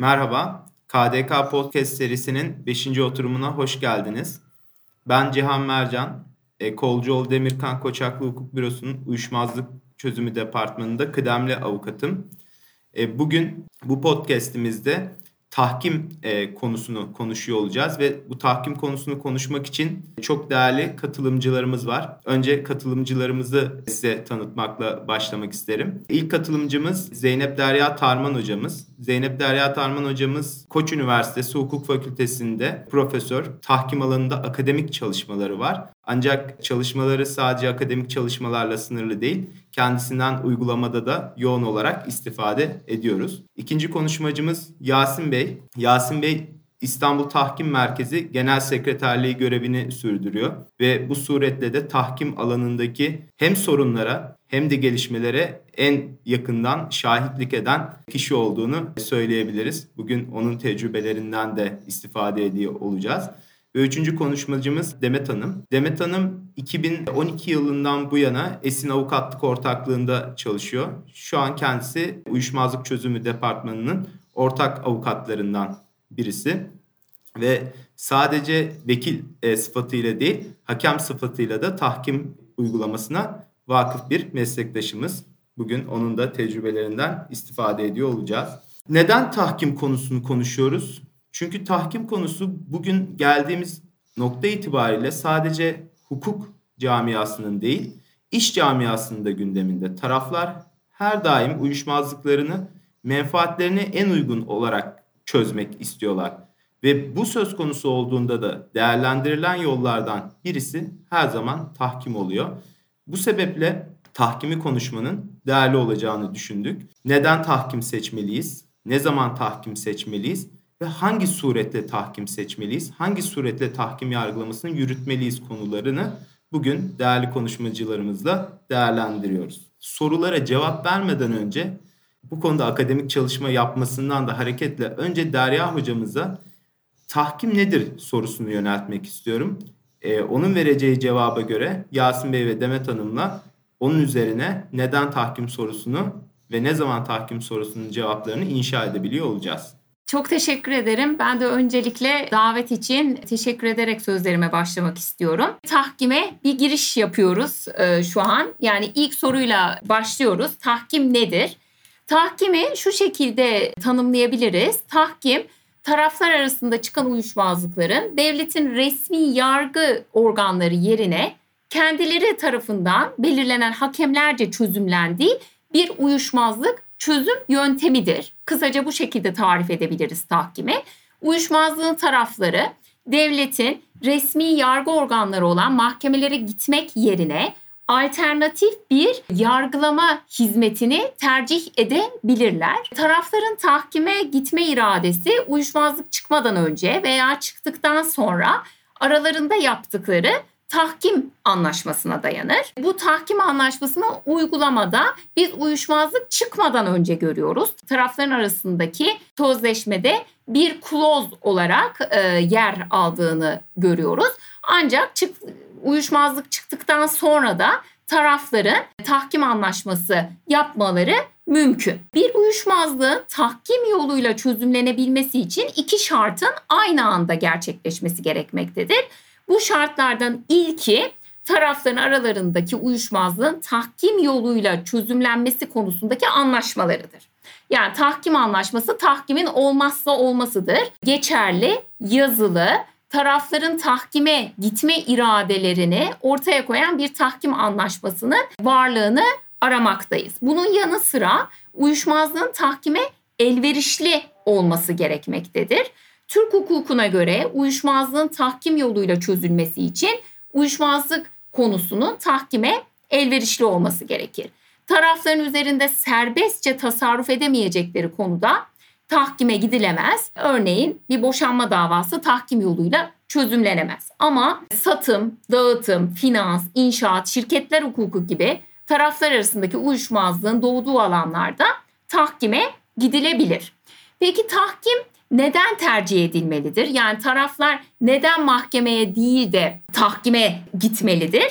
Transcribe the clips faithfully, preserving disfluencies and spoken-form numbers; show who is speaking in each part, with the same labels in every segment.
Speaker 1: Merhaba, K D K Podcast serisinin beşinci oturumuna hoş geldiniz. Ben Cihan Mercan, e, Kolcuoğlu Demirkan Koçaklı Hukuk Bürosu'nun Uyuşmazlık Çözümü Departmanı'nda kıdemli avukatım. E, bugün bu podcast'imizde tahkim e, konusunu konuşuyor olacağız ve bu tahkim konusunu konuşmak için çok değerli katılımcılarımız var. Önce katılımcılarımızı size tanıtmakla başlamak isterim. İlk katılımcımız Zeynep Derya Tarman hocamız. Zeynep Derya Tarman hocamız Koç Üniversitesi Hukuk Fakültesi'nde profesör, tahkim alanında akademik çalışmaları var. Ancak çalışmaları sadece akademik çalışmalarla sınırlı değil, kendisinden uygulamada da yoğun olarak istifade ediyoruz. İkinci konuşmacımız Yasin Bey. Yasin Bey İstanbul Tahkim Merkezi Genel Sekreterliği görevini sürdürüyor ve bu suretle de tahkim alanındaki hem sorunlara hem de gelişmelere en yakından şahitlik eden kişi olduğunu söyleyebiliriz. Bugün onun tecrübelerinden de istifade ediyor olacağız. Ve üçüncü konuşmacımız Demet Hanım. Demet Hanım iki bin on iki yılından bu yana Esin Avukatlık Ortaklığı'nda çalışıyor. Şu an kendisi Uyuşmazlık Çözümü Departmanı'nın ortak avukatlarından birisi. Ve sadece vekil e, sıfatıyla değil, hakem sıfatıyla da tahkim uygulamasına vakıf bir meslektaşımız. Bugün onun da tecrübelerinden istifade ediyor olacağız. Neden tahkim konusunu konuşuyoruz? Çünkü tahkim konusu bugün geldiğimiz nokta itibariyle sadece hukuk camiasının değil, iş camiasının da gündeminde. Taraflar her daim uyuşmazlıklarını menfaatlerine en uygun olarak çözmek istiyorlar. Ve bu söz konusu olduğunda da değerlendirilen yollardan birisi her zaman tahkim oluyor. Bu sebeple tahkimi konuşmanın değerli olacağını düşündük. Neden tahkim seçmeliyiz? Ne zaman tahkim seçmeliyiz? Ve hangi suretle tahkim seçmeliyiz? Hangi suretle tahkim yargılamasını yürütmeliyiz konularını bugün değerli konuşmacılarımızla değerlendiriyoruz. Sorulara cevap vermeden önce bu konuda akademik çalışma yapmasından da hareketle önce Derya hocamıza tahkim nedir sorusunu yöneltmek istiyorum. Ee, onun vereceği cevaba göre Yasin Bey ve Demet Hanım'la onun üzerine neden tahkim sorusunu ve ne zaman tahkim sorusunun cevaplarını inşa edebiliyor olacağız.
Speaker 2: Çok teşekkür ederim. Ben de öncelikle davet için teşekkür ederek sözlerime başlamak istiyorum. Tahkime bir giriş yapıyoruz e, şu an. Yani ilk soruyla başlıyoruz. Tahkim nedir? Tahkimi şu şekilde tanımlayabiliriz. Tahkim, taraflar arasında çıkan uyuşmazlıkların devletin resmi yargı organları yerine kendileri tarafından belirlenen hakemlerce çözümlendiği bir uyuşmazlık çözüm yöntemidir. Kısaca bu şekilde tarif edebiliriz tahkimi. Uyuşmazlığın tarafları devletin resmi yargı organları olan mahkemelere gitmek yerine alternatif bir yargılama hizmetini tercih edebilirler. Tarafların tahkime gitme iradesi uyuşmazlık çıkmadan önce veya çıktıktan sonra aralarında yaptıkları tahkim anlaşmasına dayanır. Bu tahkim anlaşmasını uygulamada biz uyuşmazlık çıkmadan önce görüyoruz. Tarafların arasındaki sözleşmede bir kloz olarak e, yer aldığını görüyoruz. Ancak çık, uyuşmazlık çıktıktan sonra da tarafların tahkim anlaşması yapmaları mümkün. Bir uyuşmazlığın tahkim yoluyla çözümlenebilmesi için iki şartın aynı anda gerçekleşmesi gerekmektedir. Bu şartlardan ilki tarafların aralarındaki uyuşmazlığın tahkim yoluyla çözümlenmesi konusundaki anlaşmalarıdır. Yani tahkim anlaşması tahkimin olmazsa olmasıdır. Geçerli, yazılı, tarafların tahkime gitme iradelerini ortaya koyan bir tahkim anlaşmasının varlığını aramaktayız. Bunun yanı sıra uyuşmazlığın tahkime elverişli olması gerekmektedir. Türk hukukuna göre uyuşmazlığın tahkim yoluyla çözülmesi için uyuşmazlık konusunun tahkime elverişli olması gerekir. Tarafların üzerinde serbestçe tasarruf edemeyecekleri konuda tahkime gidilemez. Örneğin bir boşanma davası tahkim yoluyla çözümlenemez. Ama satım, dağıtım, finans, inşaat, şirketler hukuku gibi taraflar arasındaki uyuşmazlığın doğduğu alanlarda tahkime gidilebilir. Peki tahkim neden tercih edilmelidir? Yani taraflar neden mahkemeye değil de tahkime gitmelidir?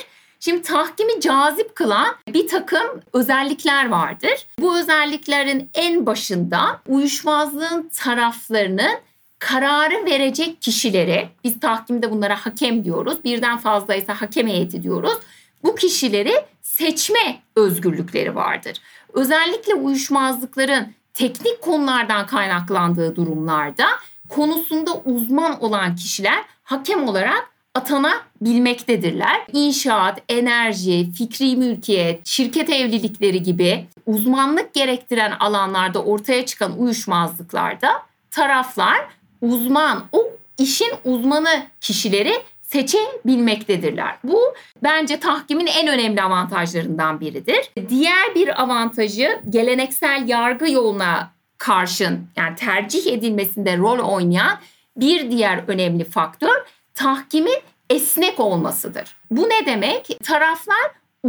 Speaker 2: Şimdi tahkimi cazip kılan bir takım özellikler vardır. Bu özelliklerin en başında uyuşmazlığın taraflarının kararı verecek kişileri, biz tahkimde bunlara hakem diyoruz, birden fazlaysa hakem heyeti diyoruz. Bu kişileri seçme özgürlükleri vardır. Özellikle uyuşmazlıkların teknik konulardan kaynaklandığı durumlarda konusunda uzman olan kişiler hakem olarak atanabilmektedirler. İnşaat, enerji, fikri mülkiyet, şirket evlilikleri gibi uzmanlık gerektiren alanlarda ortaya çıkan uyuşmazlıklarda taraflar uzman, o işin uzmanı kişileri seçebilmektedirler. Bu bence tahkimin en önemli avantajlarından biridir. Diğer bir avantajı geleneksel yargı yoluna karşın, yani tercih edilmesinde rol oynayan bir diğer önemli faktör tahkimin esnek olmasıdır. Bu ne demek? Taraflar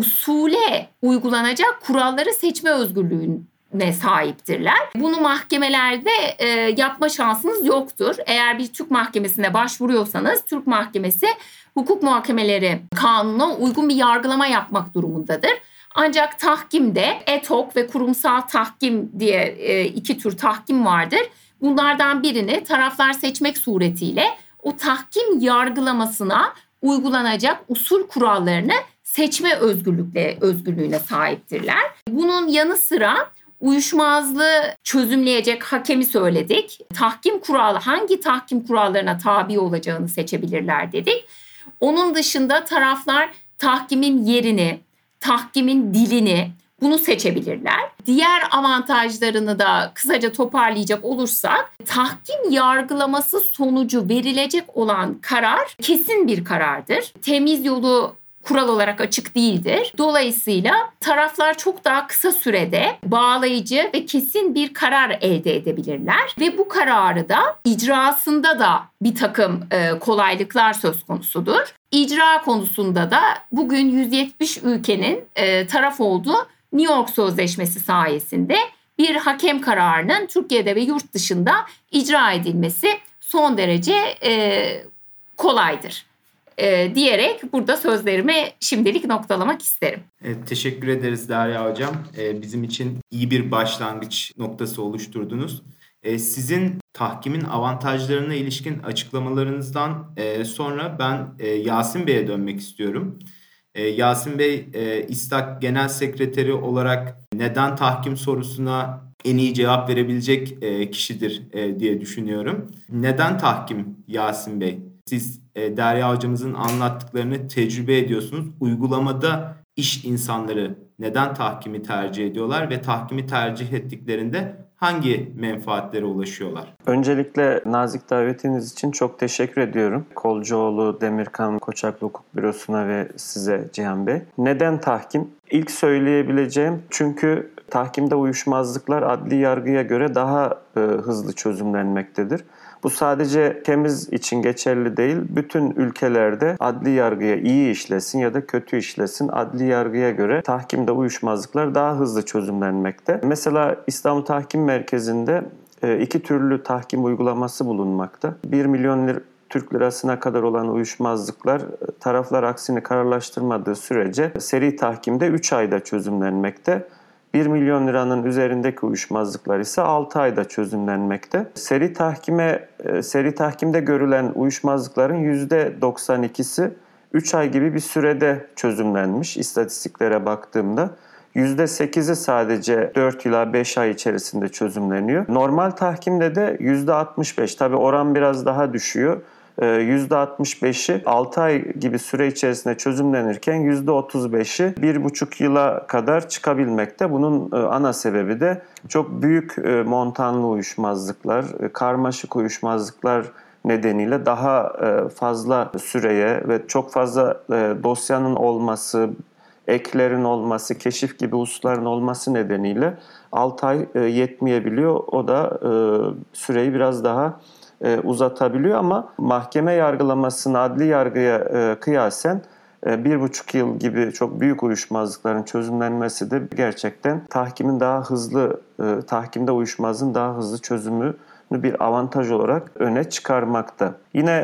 Speaker 2: usule uygulanacak kuralları seçme özgürlüğüne sahiptirler. Bunu mahkemelerde e, yapma şansınız yoktur. Eğer bir Türk mahkemesine başvuruyorsanız Türk mahkemesi hukuk muhakemeleri kanununa uygun bir yargılama yapmak durumundadır. Ancak tahkimde etok ve kurumsal tahkim diye e, iki tür tahkim vardır. Bunlardan birini taraflar seçmek suretiyle o tahkim yargılamasına uygulanacak usul kurallarını seçme özgürlükle, özgürlüğüne sahiptirler. Bunun yanı sıra uyuşmazlığı çözümleyecek hakemi söyledik. Tahkim kuralı, hangi tahkim kurallarına tabi olacağını seçebilirler dedik. Onun dışında taraflar tahkimin yerini, tahkimin dilini, bunu seçebilirler. Diğer avantajlarını da kısaca toparlayacak olursak, tahkim yargılaması sonucu verilecek olan karar kesin bir karardır. Temiz yolu kural olarak açık değildir. Dolayısıyla taraflar çok daha kısa sürede bağlayıcı ve kesin bir karar elde edebilirler. Ve bu kararı da icrasında da bir takım e, kolaylıklar söz konusudur. İcra konusunda da bugün yüz yetmiş ülkenin e, taraf olduğu New York Sözleşmesi sayesinde bir hakem kararının Türkiye'de ve yurt dışında icra edilmesi son derece e, kolaydır. E, diyerek burada sözlerimi şimdilik noktalamak isterim.
Speaker 1: Evet, teşekkür ederiz Derya Hocam. E, bizim için iyi bir başlangıç noktası oluşturdunuz. E, sizin tahkimin avantajlarına ilişkin açıklamalarınızdan e, sonra ben e, Yasin Bey'e dönmek istiyorum. E, Yasin Bey, e, İSTAK Genel Sekreteri olarak neden tahkim sorusuna en iyi cevap verebilecek e, kişidir e, diye düşünüyorum. Neden tahkim Yasin Bey? Siz e, Derya hocamızın anlattıklarını tecrübe ediyorsunuz. Uygulamada iş insanları neden tahkimi tercih ediyorlar ve tahkimi tercih ettiklerinde hangi menfaatlere ulaşıyorlar?
Speaker 3: Öncelikle nazik davetiniz için çok teşekkür ediyorum. Kolcuoğlu Demirkan Koçaklı Hukuk Bürosu'na ve size Cihan Bey. Neden tahkim? İlk söyleyebileceğim, çünkü tahkimde uyuşmazlıklar adli yargıya göre daha e, hızlı çözümlenmektedir. Bu sadece temiz için geçerli değil, bütün ülkelerde adli yargıya iyi işlesin ya da kötü işlesin, adli yargıya göre tahkimde uyuşmazlıklar daha hızlı çözümlenmekte. Mesela İstanbul Tahkim Merkezi'nde iki türlü tahkim uygulaması bulunmakta. bir milyon lir Türk lirasına kadar olan uyuşmazlıklar taraflar aksini kararlaştırmadığı sürece seri tahkimde üç ayda çözümlenmekte. bir milyon liranın üzerindeki uyuşmazlıklar ise altı ayda çözümlenmekte. Seri tahkime, seri tahkimde görülen uyuşmazlıkların yüzde doksan ikisi üç ay gibi bir sürede çözümlenmiş istatistiklere baktığımda. yüzde sekizi sadece dört ila beş ay içerisinde çözümleniyor. Normal tahkimde de yüzde altmış beş, tabii oran biraz daha düşüyor. yüzde altmış beşi altı ay gibi süre içerisinde çözümlenirken yüzde otuz beşi bir buçuk yıla kadar çıkabilmekte. Bunun ana sebebi de çok büyük montanlı uyuşmazlıklar, karmaşık uyuşmazlıklar nedeniyle daha fazla süreye ve çok fazla dosyanın olması, eklerin olması, keşif gibi hususların olması nedeniyle altı ay yetmeyebiliyor. O da süreyi biraz daha uzatabiliyor ama mahkeme yargılamasını adli yargıya kıyasen bir buçuk yıl gibi çok büyük uyuşmazlıkların çözümlenmesi de gerçekten tahkimin daha hızlı, tahkimde uyuşmazlığın daha hızlı çözümü bir avantaj olarak öne çıkarmakta. Yine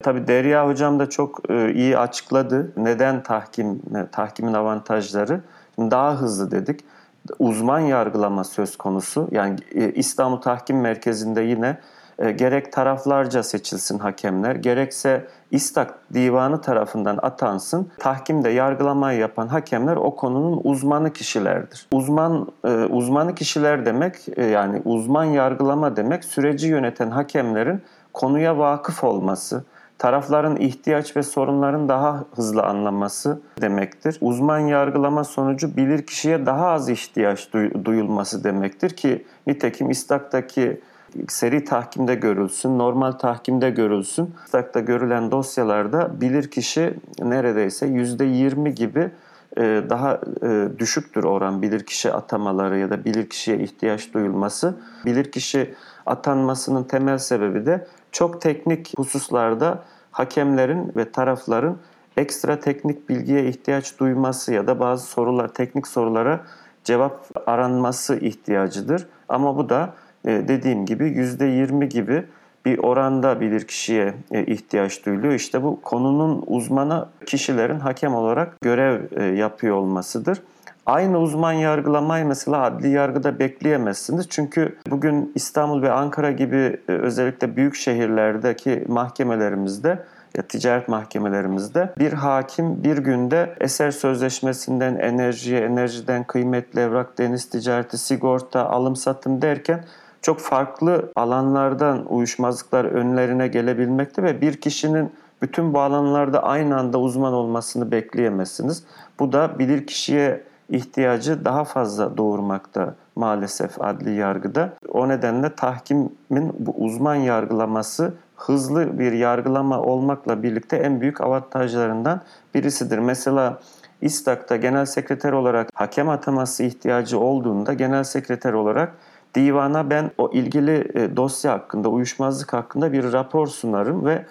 Speaker 3: Tabii Derya Hocam da çok e, iyi açıkladı. Neden tahkim, tahkimin avantajları? Daha hızlı dedik. Uzman yargılama söz konusu. Yani e, İstanbul Tahkim Merkezi'nde yine e, gerek taraflarca seçilsin hakemler, gerekse İstak Divanı tarafından atansın. Tahkimde yargılamayı yapan hakemler o konunun uzmanı kişilerdir. Uzman e, uzmanı kişiler demek e, yani uzman yargılama demek süreci yöneten hakemlerin konuya vakıf olması, tarafların ihtiyaç ve sorunların daha hızlı anlaması demektir. Uzman yargılama sonucu bilirkişiye daha az ihtiyaç duyulması demektir ki nitekim İstak'taki seri tahkimde görülsün, normal tahkimde görülsün. İstak'ta görülen dosyalarda bilirkişi neredeyse yüzde yirmi gibi daha düşüktür oran bilirkişi atamaları ya da bilirkişiye ihtiyaç duyulması. Bilirkişi atanmasının temel sebebi de çok teknik hususlarda hakemlerin ve tarafların ekstra teknik bilgiye ihtiyaç duyması ya da bazı sorular, teknik sorulara cevap aranması ihtiyacıdır. Ama bu da dediğim gibi yüzde yirmi gibi bir oranda bilirkişiye ihtiyaç duyuluyor. İşte bu konunun uzmanı kişilerin hakem olarak görev yapıyor olmasıdır. Aynı uzman yargılamayı mesela adli yargıda bekleyemezsiniz. Çünkü bugün İstanbul ve Ankara gibi özellikle büyük şehirlerdeki mahkemelerimizde ya ticaret mahkemelerimizde bir hakim bir günde eser sözleşmesinden enerjiye, enerjiden kıymetli evrak, deniz ticareti, sigorta, alım satım derken çok farklı alanlardan uyuşmazlıklar önlerine gelebilmekte ve bir kişinin bütün bu alanlarda aynı anda uzman olmasını bekleyemezsiniz. Bu da bilirkişiye ihtiyacı daha fazla doğurmakta maalesef adli yargıda. O nedenle tahkimin bu uzman yargılaması hızlı bir yargılama olmakla birlikte en büyük avantajlarından birisidir. Mesela İstak'ta genel sekreter olarak hakem ataması ihtiyacı olduğunda genel sekreter olarak divana ben o ilgili dosya hakkında, uyuşmazlık hakkında bir rapor sunarım ve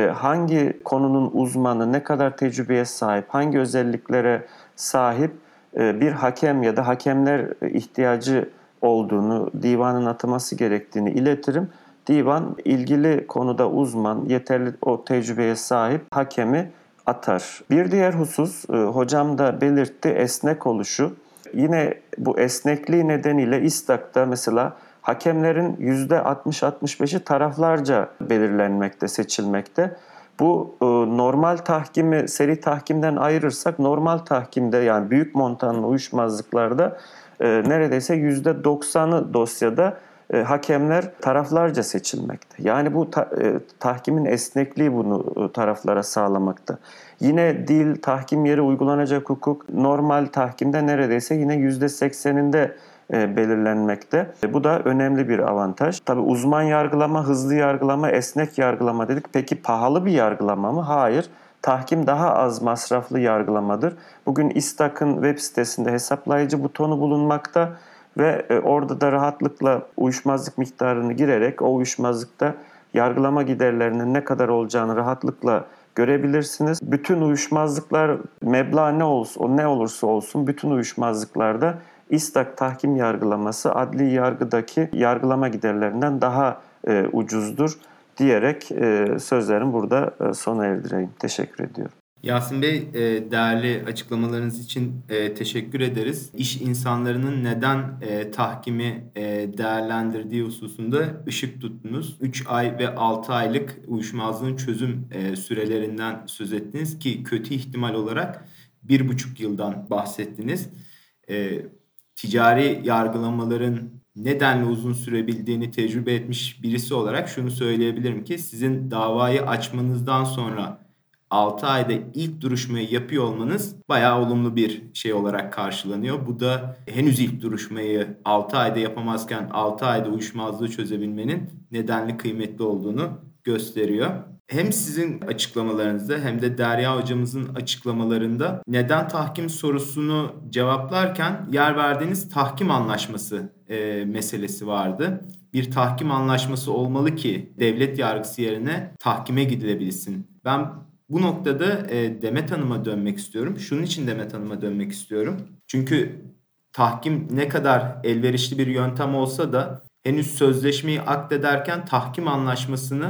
Speaker 3: hangi konunun uzmanı, ne kadar tecrübeye sahip, hangi özelliklere sahip bir hakem ya da hakemler ihtiyacı olduğunu, divanın ataması gerektiğini iletirim. Divan ilgili konuda uzman, yeterli o tecrübeye sahip hakemi atar. Bir diğer husus, hocam da belirtti, esnek oluşu. Yine bu esnekliği nedeniyle İstak'ta mesela hakemlerin yüzde altmış altmış beşi taraflarca belirlenmekte, seçilmekte. Bu normal tahkimi seri tahkimden ayırırsak normal tahkimde yani büyük montanlı uyuşmazlıklarda neredeyse yüzde doksanı dosyada hakemler taraflarca seçilmekte. Yani bu ta, tahkimin esnekliği bunu taraflara sağlamakta. Yine dil, tahkim yeri uygulanacak hukuk normal tahkimde neredeyse yine yüzde sekseninde belirlenmekte. Bu da önemli bir avantaj. Tabii uzman yargılama, hızlı yargılama, esnek yargılama dedik. Peki pahalı bir yargılama mı? Hayır. Tahkim daha az masraflı yargılamadır. Bugün İstak'ın web sitesinde hesaplayıcı butonu bulunmakta ve orada da rahatlıkla uyuşmazlık miktarını girerek o uyuşmazlıkta yargılama giderlerinin ne kadar olacağını rahatlıkla görebilirsiniz. Bütün uyuşmazlıklar meblağ ne olursa, o ne olursa olsun bütün uyuşmazlıklarda İstak tahkim yargılaması adli yargıdaki yargılama giderlerinden daha e, ucuzdur diyerek e, sözlerimi burada e, sona erdireyim. Teşekkür ediyorum.
Speaker 1: Yasin Bey, e, değerli açıklamalarınız için e, teşekkür ederiz. İş insanlarının neden e, tahkimi e, değerlendirdiği hususunda ışık tuttunuz. üç ay ve altı aylık uyuşmazlığın çözüm e, sürelerinden söz ettiniz ki kötü ihtimal olarak bir buçuk yıldan bahsettiniz. E, ticari yargılamaların nedenle uzun sürebildiğini tecrübe etmiş birisi olarak şunu söyleyebilirim ki sizin davayı açmanızdan sonra altı ayda ilk duruşmayı yapıyor olmanız bayağı olumlu bir şey olarak karşılanıyor. Bu da henüz ilk duruşmayı altı ayda yapamazken altı ayda uyuşmazlığı çözebilmenin nedenli kıymetli olduğunu gösteriyor. Hem sizin açıklamalarınızda hem de Derya hocamızın açıklamalarında neden tahkim sorusunu cevaplarken yer verdiğiniz tahkim anlaşması e, meselesi vardı. Bir tahkim anlaşması olmalı ki devlet yargısı yerine tahkime gidilebilsin. Ben bu noktada e, Demet Hanım'a dönmek istiyorum. Şunun için Demet Hanım'a dönmek istiyorum. Çünkü tahkim ne kadar elverişli bir yöntem olsa da henüz sözleşmeyi akdederken tahkim anlaşmasını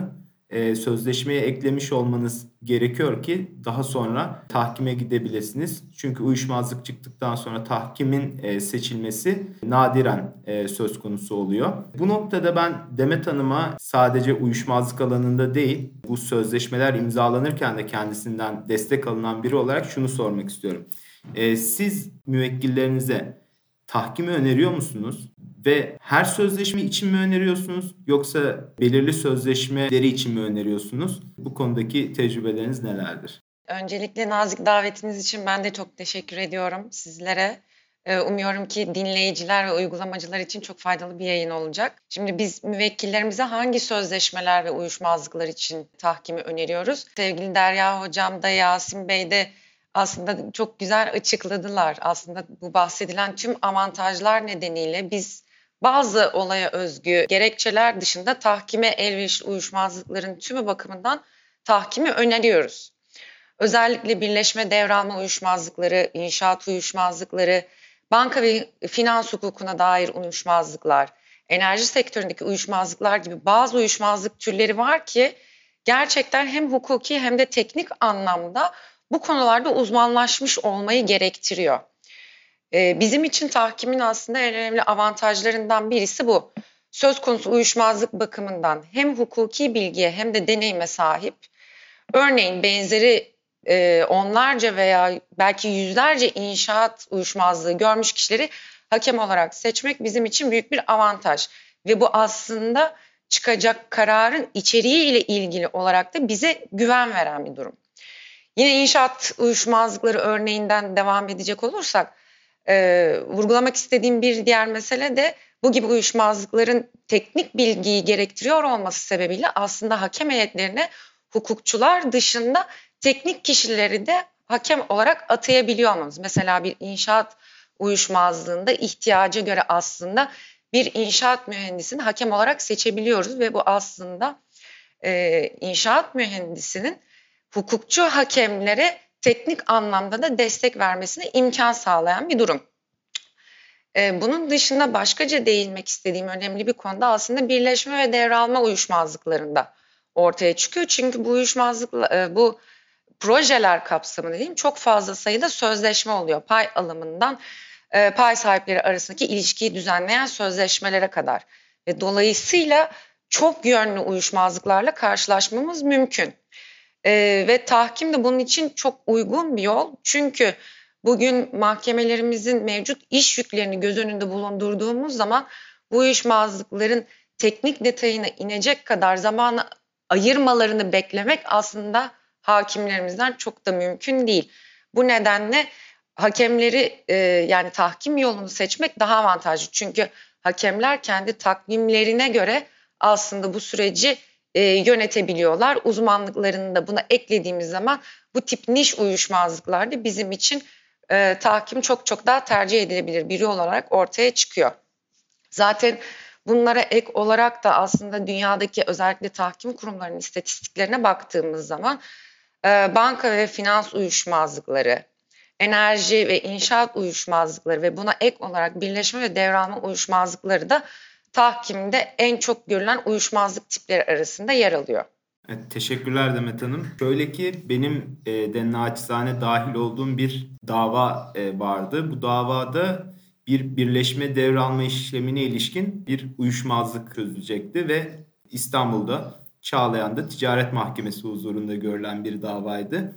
Speaker 1: e, sözleşmeye eklemiş olmanız gerekiyor ki daha sonra tahkime gidebilirsiniz. Çünkü uyuşmazlık çıktıktan sonra tahkimin e, seçilmesi nadiren e, söz konusu oluyor. Bu noktada ben Demet Hanım'a sadece uyuşmazlık alanında değil, bu sözleşmeler imzalanırken de kendisinden destek alınan biri olarak şunu sormak istiyorum. E, siz müvekkillerinize tahkimi öneriyor musunuz? Ve her sözleşme için mi öneriyorsunuz yoksa belirli sözleşmeleri için mi öneriyorsunuz? Bu konudaki tecrübeleriniz nelerdir?
Speaker 4: Öncelikle nazik davetiniz için ben de çok teşekkür ediyorum sizlere. Umuyorum ki dinleyiciler ve uygulamacılar için çok faydalı bir yayın olacak. Şimdi biz müvekkillerimize hangi sözleşmeler ve uyuşmazlıklar için tahkimi öneriyoruz? Sevgili Derya Hocam da Yasin Bey de aslında çok güzel açıkladılar. Aslında bu bahsedilen tüm avantajlar nedeniyle biz bazı olaya özgü gerekçeler dışında tahkime elverişli uyuşmazlıkların tümü bakımından tahkimi öneriyoruz. Özellikle birleşme devralma uyuşmazlıkları, inşaat uyuşmazlıkları, banka ve finans hukukuna dair uyuşmazlıklar, enerji sektöründeki uyuşmazlıklar gibi bazı uyuşmazlık türleri var ki gerçekten hem hukuki hem de teknik anlamda bu konularda uzmanlaşmış olmayı gerektiriyor. Ee, bizim için tahkimin aslında en önemli avantajlarından birisi bu. Söz konusu uyuşmazlık bakımından hem hukuki bilgiye hem de deneyime sahip. Örneğin benzeri e, onlarca veya belki yüzlerce inşaat uyuşmazlığı görmüş kişileri hakem olarak seçmek bizim için büyük bir avantaj. Ve bu aslında çıkacak kararın içeriği ile ilgili olarak da bize güven veren bir durum. Yine inşaat uyuşmazlıkları örneğinden devam edecek olursak, e, vurgulamak istediğim bir diğer mesele de bu gibi uyuşmazlıkların teknik bilgiyi gerektiriyor olması sebebiyle aslında hakem heyetlerine hukukçular dışında teknik kişileri de hakem olarak atayabiliyor olmamız. Mesela bir inşaat uyuşmazlığında ihtiyaca göre aslında bir inşaat mühendisini hakem olarak seçebiliyoruz ve bu aslında e, inşaat mühendisinin hukukçu hakemlere teknik anlamda da destek vermesine imkan sağlayan bir durum. Ee, bunun dışında başkaca değinmek istediğim önemli bir konuda aslında birleşme ve devralma uyuşmazlıklarında ortaya çıkıyor. Çünkü bu uyuşmazlık, bu projeler kapsamında diyeyim çok fazla sayıda sözleşme oluyor. Pay alımından e, pay sahipleri arasındaki ilişkiyi düzenleyen sözleşmelere kadar. Ve dolayısıyla çok yönlü uyuşmazlıklarla karşılaşmamız mümkün. Ee, ve tahkim de bunun için çok uygun bir yol. Çünkü bugün mahkemelerimizin mevcut iş yüklerini göz önünde bulundurduğumuz zaman bu uyuşmazlıkların teknik detayına inecek kadar zamanı ayırmalarını beklemek aslında hakimlerimizden çok da mümkün değil. Bu nedenle hakemleri e, yani tahkim yolunu seçmek daha avantajlı. Çünkü hakemler kendi takvimlerine göre aslında bu süreci E, yönetebiliyorlar. Uzmanlıklarını da buna eklediğimiz zaman bu tip niş uyuşmazlıklarda bizim için e, tahkim çok çok daha tercih edilebilir bir yol olarak ortaya çıkıyor. Zaten bunlara ek olarak da aslında dünyadaki özellikle tahkim kurumlarının istatistiklerine baktığımız zaman e, banka ve finans uyuşmazlıkları, enerji ve inşaat uyuşmazlıkları ve buna ek olarak birleşme ve devralma uyuşmazlıkları da tahkimde en çok görülen uyuşmazlık tipleri arasında yer alıyor.
Speaker 1: Evet, teşekkürler Demet Hanım. Şöyle ki benim e, de naçizane dahil olduğum bir dava e, vardı. Bu davada bir birleşme devralma işlemine ilişkin bir uyuşmazlık çözülecekti ve İstanbul'da Çağlayan'da Ticaret Mahkemesi huzurunda görülen bir davaydı.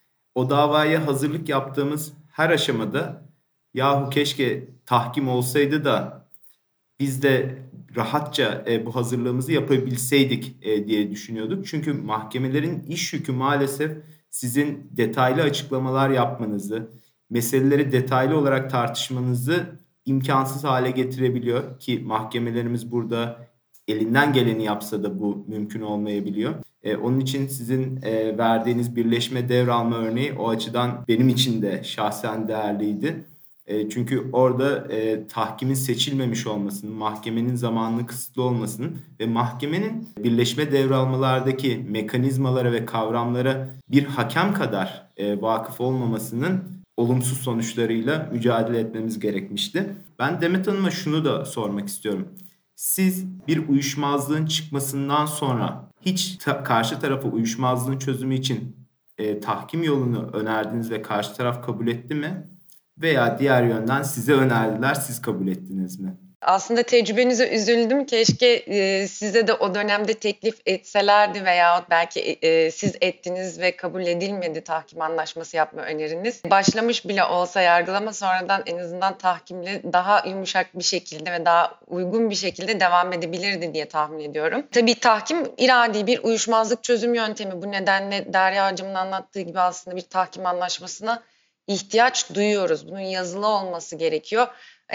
Speaker 1: O davaya hazırlık yaptığımız her aşamada yahu keşke tahkim olsaydı da biz de rahatça e, bu hazırlığımızı yapabilseydik e, diye düşünüyorduk. Çünkü mahkemelerin iş yükü maalesef sizin detaylı açıklamalar yapmanızı, meseleleri detaylı olarak tartışmanızı imkansız hale getirebiliyor ki mahkemelerimiz burada elinden geleni yapsa da bu mümkün olmayabiliyor. E, onun için sizin e, verdiğiniz birleşme devralma örneği o açıdan benim için de şahsen değerliydi. E, çünkü orada e, tahkimin seçilmemiş olmasının, mahkemenin zamanının kısıtlı olmasının ve mahkemenin birleşme devralmalardaki mekanizmalara ve kavramlara bir hakem kadar e, vakıf olmamasının olumsuz sonuçlarıyla mücadele etmemiz gerekmişti. Ben Demet Hanım'a şunu da sormak istiyorum. Siz bir uyuşmazlığın çıkmasından sonra hiç ta- karşı tarafa uyuşmazlığın çözümü için e, tahkim yolunu önerdiniz ve karşı taraf kabul etti mi? Veya diğer yönden size önerdiler, siz kabul ettiniz mi?
Speaker 4: Aslında tecrübenize üzüldüm. Keşke e, size de o dönemde teklif etselerdi veya belki e, siz ettiniz ve kabul edilmedi tahkim anlaşması yapma öneriniz. Başlamış bile olsa yargılama sonradan en azından tahkimle daha yumuşak bir şekilde ve daha uygun bir şekilde devam edebilirdi diye tahmin ediyorum. Tabii tahkim iradi bir uyuşmazlık çözüm yöntemi. Bu nedenle Derya Hocam'ın anlattığı gibi aslında bir tahkim anlaşmasına ihtiyaç duyuyoruz. Bunun yazılı olması gerekiyor.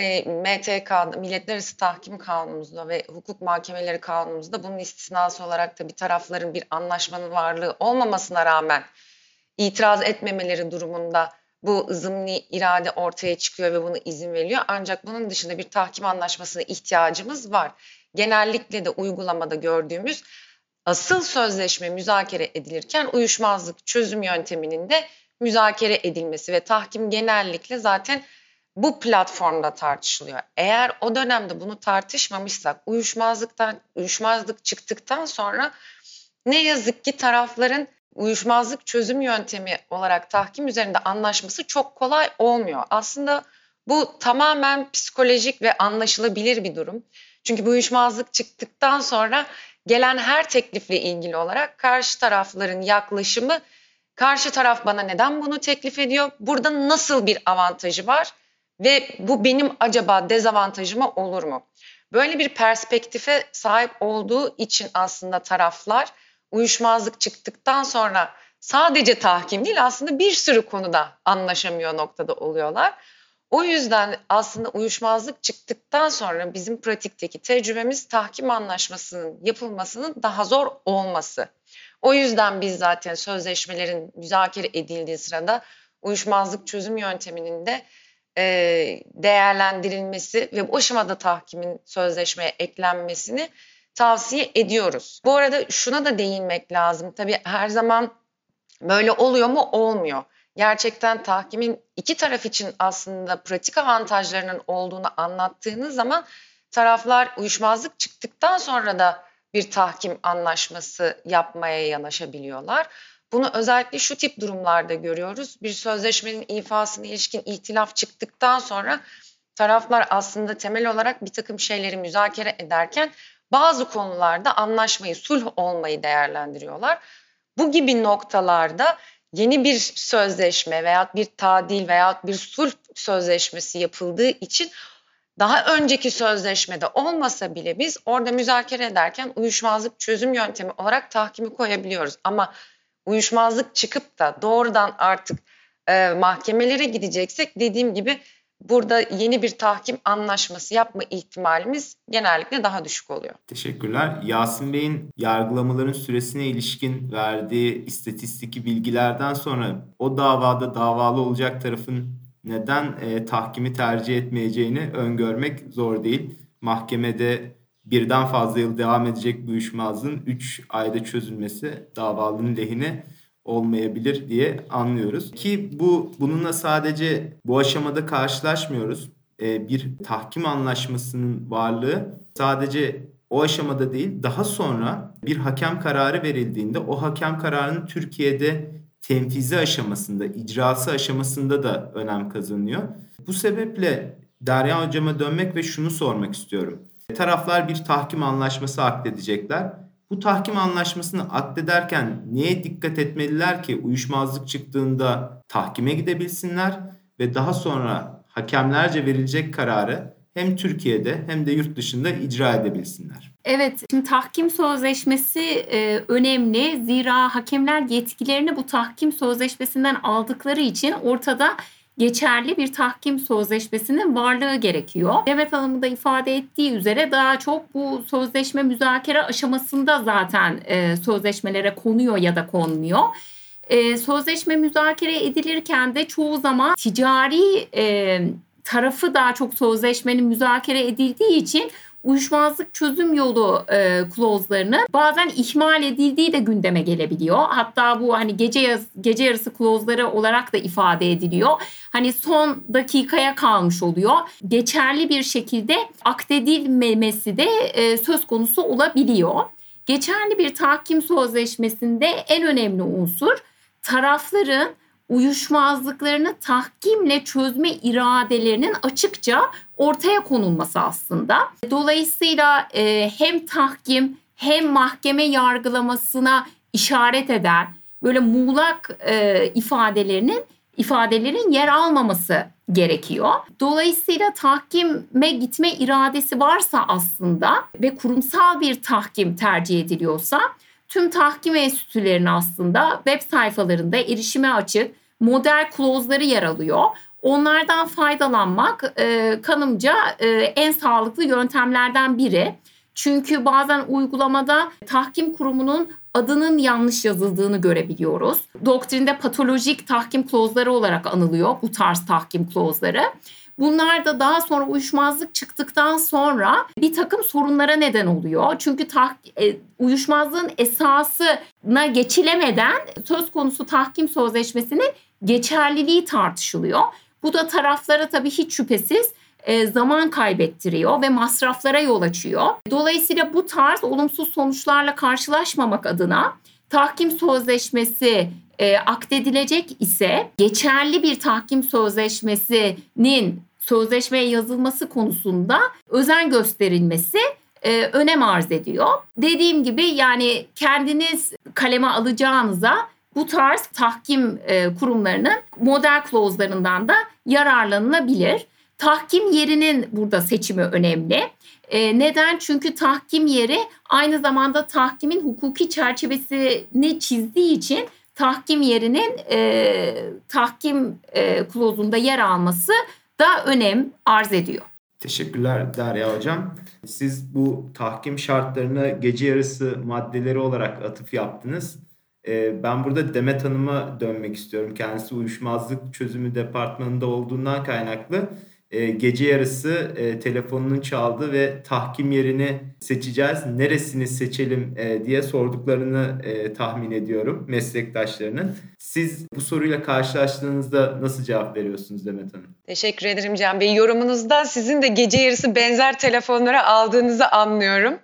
Speaker 4: M T K'da, Milletler Arası Tahkim Kanunumuzda ve Hukuk Mahkemeleri Kanunumuzda bunun istisnası olarak da bir tarafların bir anlaşmanın varlığı olmamasına rağmen itiraz etmemeleri durumunda bu zımni irade ortaya çıkıyor ve buna izin veriliyor. Ancak bunun dışında bir tahkim anlaşmasına ihtiyacımız var. Genellikle de uygulamada gördüğümüz asıl sözleşme müzakere edilirken uyuşmazlık çözüm yönteminin de müzakere edilmesi ve tahkim genellikle zaten bu platformda tartışılıyor. Eğer o dönemde bunu tartışmamışsak, uyuşmazlıktan uyuşmazlık çıktıktan sonra ne yazık ki tarafların uyuşmazlık çözüm yöntemi olarak tahkim üzerinde anlaşması çok kolay olmuyor. Aslında bu tamamen psikolojik ve anlaşılabilir bir durum. Çünkü bu uyuşmazlık çıktıktan sonra gelen her teklifle ilgili olarak karşı tarafların yaklaşımı, karşı taraf bana neden bunu teklif ediyor, burada nasıl bir avantajı var ve bu benim acaba dezavantajıma olur mu? Böyle bir perspektife sahip olduğu için aslında taraflar uyuşmazlık çıktıktan sonra sadece tahkim değil aslında bir sürü konuda anlaşamıyor noktada oluyorlar. O yüzden aslında uyuşmazlık çıktıktan sonra bizim pratikteki tecrübemiz tahkim anlaşmasının yapılmasının daha zor olması. O yüzden biz zaten sözleşmelerin müzakere edildiği sırada uyuşmazlık çözüm yönteminin de e, değerlendirilmesi ve bu aşamada tahkimin sözleşmeye eklenmesini tavsiye ediyoruz. Bu arada şuna da değinmek lazım. Tabii her zaman böyle oluyor mu? Olmuyor. Gerçekten tahkimin iki taraf için aslında pratik avantajlarının olduğunu anlattığınız zaman taraflar uyuşmazlık çıktıktan sonra da bir tahkim anlaşması yapmaya yanaşabiliyorlar. Bunu özellikle şu tip durumlarda görüyoruz. Bir sözleşmenin ifasına ilişkin ihtilaf çıktıktan sonra taraflar aslında temel olarak bir takım şeyleri müzakere ederken bazı konularda anlaşmayı, sulh olmayı değerlendiriyorlar. Bu gibi noktalarda yeni bir sözleşme veya bir tadil veya bir sulh sözleşmesi yapıldığı için daha önceki sözleşmede olmasa bile biz orada müzakere ederken uyuşmazlık çözüm yöntemi olarak tahkimi koyabiliyoruz. Ama uyuşmazlık çıkıp da doğrudan artık e, mahkemelere gideceksek dediğim gibi burada yeni bir tahkim anlaşması yapma ihtimalimiz genellikle daha düşük oluyor.
Speaker 1: Teşekkürler. Yasin Bey'in yargılamaların süresine ilişkin verdiği istatistiki bilgilerden sonra o davada davalı olacak tarafın neden e, tahkimi tercih etmeyeceğini öngörmek zor değil. Mahkemede birden fazla yıl devam edecek bu uyuşmazlığın üç ayda çözülmesi davalının lehine olmayabilir diye anlıyoruz. Ki bu bununla sadece bu aşamada karşılaşmıyoruz. Ee, bir tahkim anlaşmasının varlığı sadece o aşamada değil, daha sonra bir hakem kararı verildiğinde o hakem kararının Türkiye'de tenfizi aşamasında, icrası aşamasında da önem kazanıyor. Bu sebeple Derya Hocam'a dönmek ve şunu sormak istiyorum. Taraflar bir tahkim anlaşması akdedecekler. Bu tahkim anlaşmasını akdederken neye dikkat etmeliler ki uyuşmazlık çıktığında tahkime gidebilsinler ve daha sonra hakemlerce verilecek kararı hem Türkiye'de hem de yurt dışında icra edebilsinler?
Speaker 2: Evet, şimdi tahkim sözleşmesi e, önemli. Zira hakemler yetkilerini bu tahkim sözleşmesinden aldıkları için ortada geçerli bir tahkim sözleşmesinin varlığı gerekiyor. Demet Hanım'ın da ifade ettiği üzere daha çok bu sözleşme müzakere aşamasında zaten e, sözleşmelere konuyor ya da konmuyor. E, sözleşme müzakere edilirken de çoğu zaman ticari e, tarafı daha çok sözleşmenin müzakere edildiği için uyuşmazlık çözüm yolu e, klozlarının bazen ihmal edildiği de gündeme gelebiliyor. Hatta bu hani gece yaz, gece yarısı klozları olarak da ifade ediliyor. Hani son dakikaya kalmış oluyor. Geçerli bir şekilde akdedilmemesi de e, söz konusu olabiliyor. Geçerli bir tahkim sözleşmesinde en önemli unsur tarafların uyuşmazlıklarını tahkimle çözme iradelerinin açıkça ortaya konulması aslında. Dolayısıyla e, hem tahkim hem mahkeme yargılamasına işaret eden böyle muğlak e, ifadelerinin ifadelerin yer almaması gerekiyor. Dolayısıyla tahkime gitme iradesi varsa aslında ve kurumsal bir tahkim tercih ediliyorsa tüm tahkim enstitülerinin aslında web sayfalarında erişime açık model clause'ları yer alıyor. Onlardan faydalanmak e, kanımca e, en sağlıklı yöntemlerden biri. Çünkü bazen uygulamada tahkim kurumunun adının yanlış yazıldığını görebiliyoruz. Doktrinde patolojik tahkim clause'ları olarak anılıyor bu tarz tahkim clause'ları. Bunlar da daha sonra uyuşmazlık çıktıktan sonra bir takım sorunlara neden oluyor. Çünkü tah- e, uyuşmazlığın esasına geçilemeden söz konusu tahkim sözleşmesinin geçerliliği tartışılıyor. Bu da taraflara tabii hiç şüphesiz e, zaman kaybettiriyor ve masraflara yol açıyor. Dolayısıyla bu tarz olumsuz sonuçlarla karşılaşmamak adına tahkim sözleşmesi e, akdedilecek ise geçerli bir tahkim sözleşmesinin sözleşmeye yazılması konusunda özen gösterilmesi e, önem arz ediyor. Dediğim gibi yani kendiniz kaleme alacağınıza bu tarz tahkim e, kurumlarının model clause'larından da yararlanılabilir. Tahkim yerinin burada seçimi önemli. E, neden? Çünkü tahkim yeri aynı zamanda tahkimin hukuki çerçevesini çizdiği için tahkim yerinin e, tahkim e, clause'unda yer alması da önem arz ediyor.
Speaker 1: Teşekkürler Derya Hocam. Siz bu tahkim şartlarına gece yarısı maddeleri olarak atıf yaptınız. Ee, ben burada Demet Hanım'a dönmek istiyorum. Kendisi uyuşmazlık çözümü departmanında olduğundan kaynaklı e, gece yarısı e, telefonunun çaldı ve tahkim yerini seçeceğiz. Neresini seçelim e, diye sorduklarını e, tahmin ediyorum meslektaşlarının. Siz bu soruyla karşılaştığınızda nasıl cevap veriyorsunuz Demet Hanım?
Speaker 4: Teşekkür ederim Can Bey. Yorumunuzda sizin de gece yarısı benzer telefonlara aldığınızı anlıyorum.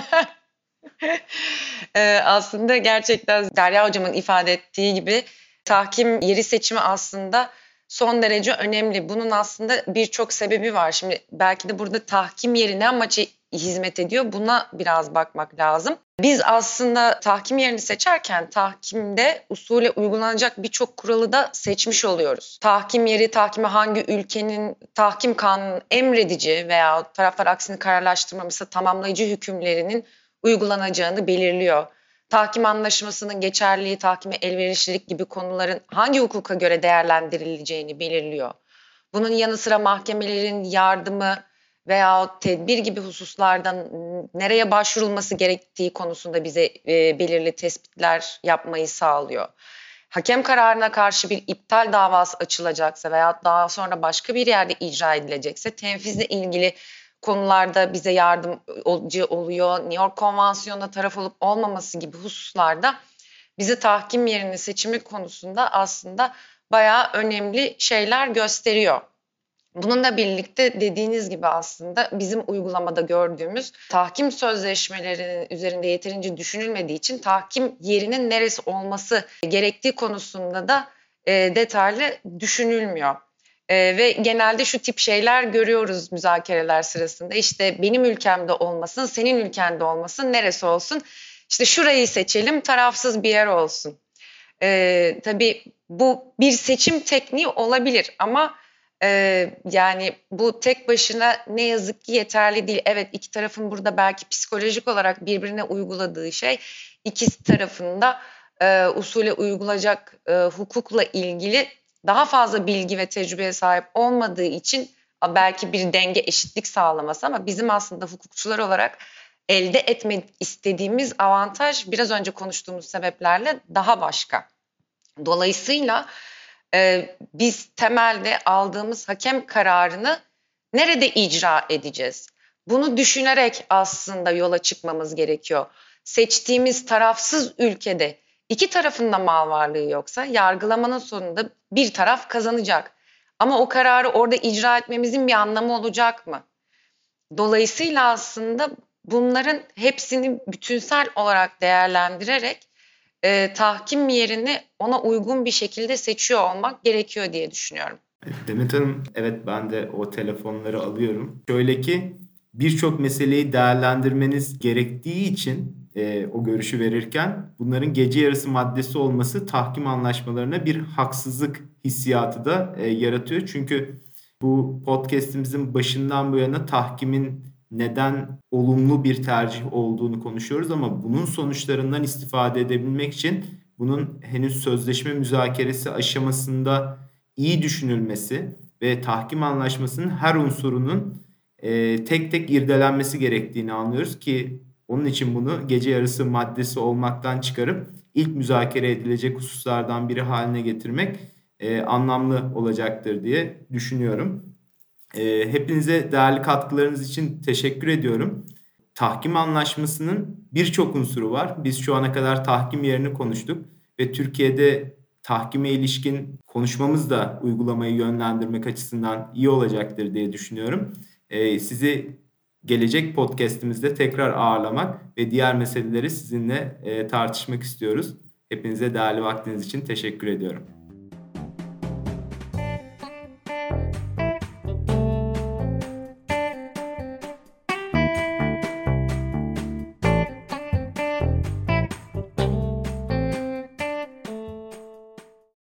Speaker 4: ee, aslında gerçekten Derya Hocam'ın ifade ettiği gibi tahkim yeri seçimi aslında son derece önemli. Bunun aslında birçok sebebi var. Şimdi belki de burada tahkim yeri ne amaca hizmet ediyor? Buna biraz bakmak lazım. Biz aslında tahkim yerini seçerken tahkimde usule uygulanacak birçok kuralı da seçmiş oluyoruz. Tahkim yeri, tahkime hangi ülkenin tahkim kanunun emredici veya taraflar aksini kararlaştırmamışsa tamamlayıcı hükümlerinin uygulanacağını belirliyor. Tahkim anlaşmasının geçerliliği, tahkime elverişlilik gibi konuların hangi hukuka göre değerlendirileceğini belirliyor. Bunun yanı sıra mahkemelerin yardımı veya tedbir gibi hususlardan nereye başvurulması gerektiği konusunda bize e, belirli tespitler yapmayı sağlıyor. Hakem kararına karşı bir iptal davası açılacaksa veya daha sonra başka bir yerde icra edilecekse tenfizle ilgili konularda bize yardımcı oluyor. New York Konvansiyonu'na taraf olup olmaması gibi hususlarda bizi tahkim yerini seçimi konusunda aslında bayağı önemli şeyler gösteriyor. Bununla birlikte dediğiniz gibi aslında bizim uygulamada gördüğümüz tahkim sözleşmelerinin üzerinde yeterince düşünülmediği için tahkim yerinin neresi olması gerektiği konusunda da e, detaylı düşünülmüyor. Ee, ve genelde şu tip şeyler görüyoruz müzakereler sırasında. İşte benim ülkemde olmasın, senin ülkende olmasın, neresi olsun? İşte şurayı seçelim, tarafsız bir yer olsun. Ee, tabii bu bir seçim tekniği olabilir ama e, yani bu tek başına ne yazık ki yeterli değil. Evet, iki tarafın burada belki psikolojik olarak birbirine uyguladığı şey ikisi tarafında e, usule uygulayacak e, hukukla ilgili daha fazla bilgi ve tecrübeye sahip olmadığı için belki bir denge, eşitlik sağlaması ama bizim aslında hukukçular olarak elde etmek istediğimiz avantaj biraz önce konuştuğumuz sebeplerle daha başka. Dolayısıyla e, biz temelde aldığımız hakem kararını nerede icra edeceğiz? Bunu düşünerek aslında yola çıkmamız gerekiyor. Seçtiğimiz tarafsız ülkede İki tarafın da mal varlığı yoksa yargılamanın sonunda bir taraf kazanacak. Ama o kararı orada icra etmemizin bir anlamı olacak mı? Dolayısıyla aslında bunların hepsini bütünsel olarak değerlendirerek e, tahkim yerini ona uygun bir şekilde seçiyor olmak gerekiyor diye düşünüyorum.
Speaker 1: Demet Hanım, evet ben de o telefonları alıyorum. Şöyle ki birçok meseleyi değerlendirmeniz gerektiği için e, o görüşü verirken bunların gece yarısı maddesi olması tahkim anlaşmalarına bir haksızlık hissiyatı da e, yaratıyor. Çünkü bu podcast'imizin başından bu yana tahkimin neden olumlu bir tercih olduğunu konuşuyoruz ama bunun sonuçlarından istifade edebilmek için bunun henüz sözleşme müzakeresi aşamasında iyi düşünülmesi ve tahkim anlaşmasının her unsurunun e, tek tek irdelenmesi gerektiğini anlıyoruz ki onun için bunu gece yarısı maddesi olmaktan çıkarıp ilk müzakere edilecek hususlardan biri haline getirmek e, anlamlı olacaktır diye düşünüyorum. E, hepinize değerli katkılarınız için teşekkür ediyorum. Tahkim anlaşmasının birçok unsuru var. Biz şu ana kadar tahkim yerini konuştuk ve Türkiye'de tahkime ilişkin konuşmamız da uygulamayı yönlendirmek açısından iyi olacaktır diye düşünüyorum. Ee, sizi gelecek podcast'imizde tekrar ağırlamak ve diğer meseleleri sizinle e, tartışmak istiyoruz. Hepinize değerli vaktiniz için teşekkür ediyorum.